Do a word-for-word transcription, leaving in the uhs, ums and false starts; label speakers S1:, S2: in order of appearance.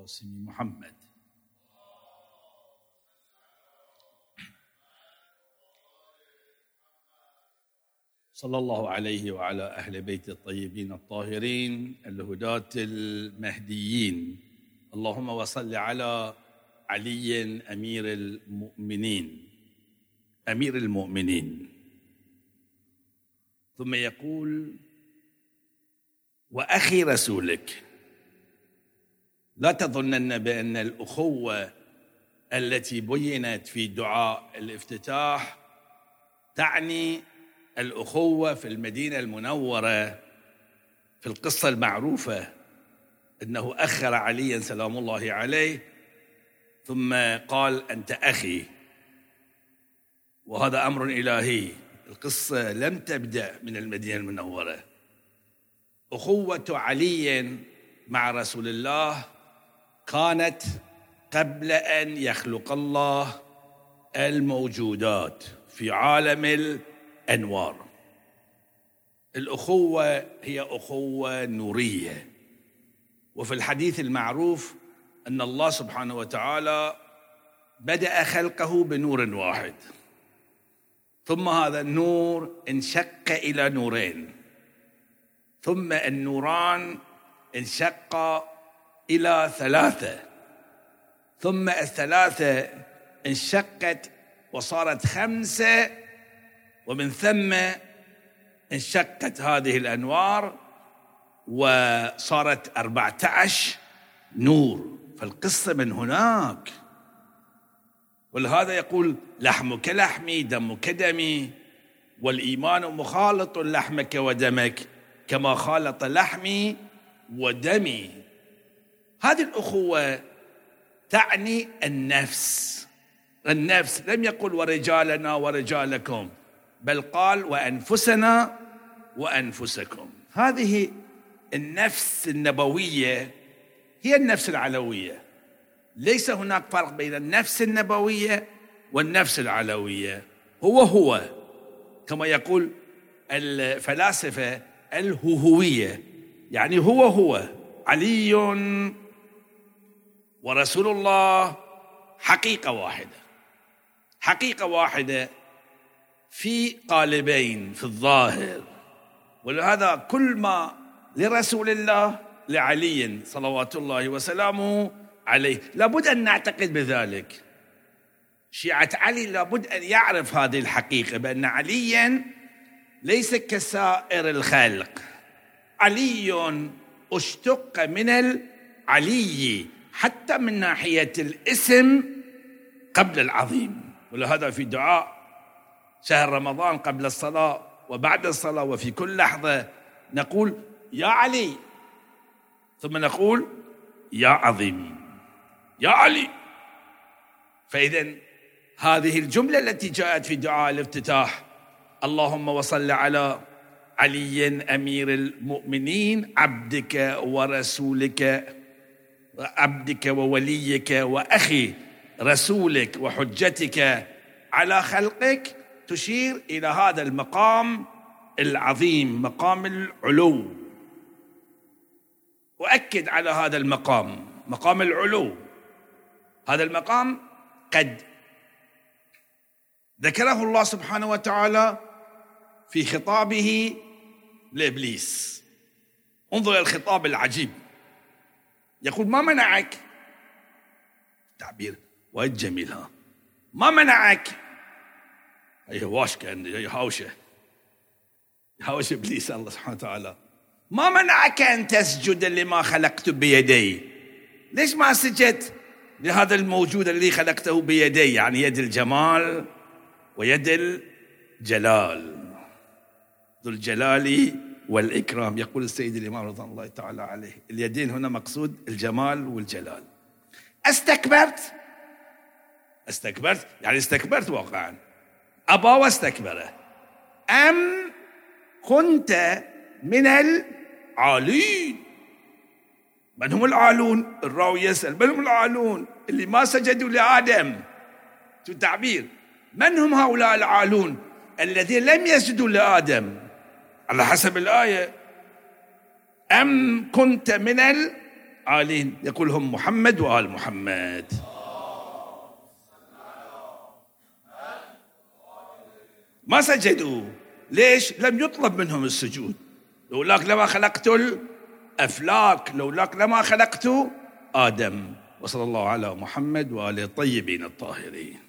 S1: القاسم محمد. صلى الله عليه وعلى أهل بيت الطيبين الطاهرين الهداة المهديين. اللهم وصل على علي أمير المؤمنين أمير المؤمنين. ثم يقول: وأخي رسولك. لا تظنن بأن الأخوة التي بينت في دعاء الافتتاح تعني الأخوة في المدينة المنورة في القصة المعروفة، أنه أخر عليا سلام الله عليه ثم قال: أنت أخي، وهذا أمر إلهي. القصة لم تبدأ من المدينة المنورة. أخوة علي مع رسول الله كانت قبل أن يخلق الله الموجودات في عالم الأنوار. الأخوة هي أخوة نورية، وفي الحديث المعروف أن الله سبحانه وتعالى بدأ خلقه بنور واحد، ثم هذا النور انشق إلى نورين، ثم النوران انشقا إلى ثلاثة، ثم الثلاثة انشقت وصارت خمسة، ومن ثم انشقت هذه الأنوار وصارت أربعة عشر نور. فالقصة من هناك. ولهذا يقول: لحمك لحمي دمك دمي، والإيمان مخالط لحمك ودمك كما خالط لحمي ودمي. هذه الأخوة تعني النفس. النفس لم يقل ورجالنا ورجالكم، بل قال وأنفسنا وأنفسكم. هذه النفس النبوية هي النفس العلوية. ليس هناك فرق بين النفس النبوية والنفس العلوية. هو هو كما يقول الفلاسفة الهوهوية، يعني هو هو علي ورسول الله حقيقة واحدة، حقيقة واحدة في قالبين في الظاهر. ولهذا كل ما لرسول الله لعلي صلوات الله وسلامه عليه لابد أن نعتقد بذلك. شيعة علي لابد أن يعرف هذه الحقيقة، بأن عليا ليس كسائر الخلق. علي اشتق من العلي حتى من ناحية الاسم قبل العظيم. ولهذا في دعاء شهر رمضان قبل الصلاة وبعد الصلاة وفي كل لحظة نقول يا علي، ثم نقول يا عظيم يا علي. فإذا هذه الجملة التي جاءت في دعاء الافتتاح: اللهم وصل على علي أمير المؤمنين عبدك ورسولك، عبدك ووليك وأخي رسولك وحجتك على خلقك، تشير إلى هذا المقام العظيم، مقام العلو. وأكد على هذا المقام، مقام العلو. هذا المقام قد ذكره الله سبحانه وتعالى في خطابه لإبليس. انظر إلى الخطاب العجيب. يقول: ما منعك، تعبير وايد جميل، ها، ما منعك، هي واش كان يهاوشه يهاوش إبليس الله سبحانه وتعالى، ما منعك أن تسجد لما خلقت بيدي؟ ليش ما سجدت لهذا الموجود الذي خلقته بيدي؟ يعني يد الجمال ويد الجلال، ذو الجلال والإكرام. يقول السيد الإمام رضوان الله تعالى عليه: اليدين هنا مقصود الجمال والجلال. استكبرت استكبرت يعني استكبرت واقعا، أبا واستكبره، أم كنت من العالين؟ من هم العالون؟ الراوي يسأل من هم العالون اللي ما سجدوا لآدم؟ شو التعبير؟ من هم هؤلاء العالون الذين لم يسجدوا لآدم على حسب الآية؟ أم كنت من عالين، يقول هم محمد وآل محمد. ما سجدوا، ليش؟ لم يطلب منهم السجود. لولاك لما خلقت الأفلاك، لولاك لما خلقت آدم. وصلى الله على محمد وآله الطيبين الطاهرين.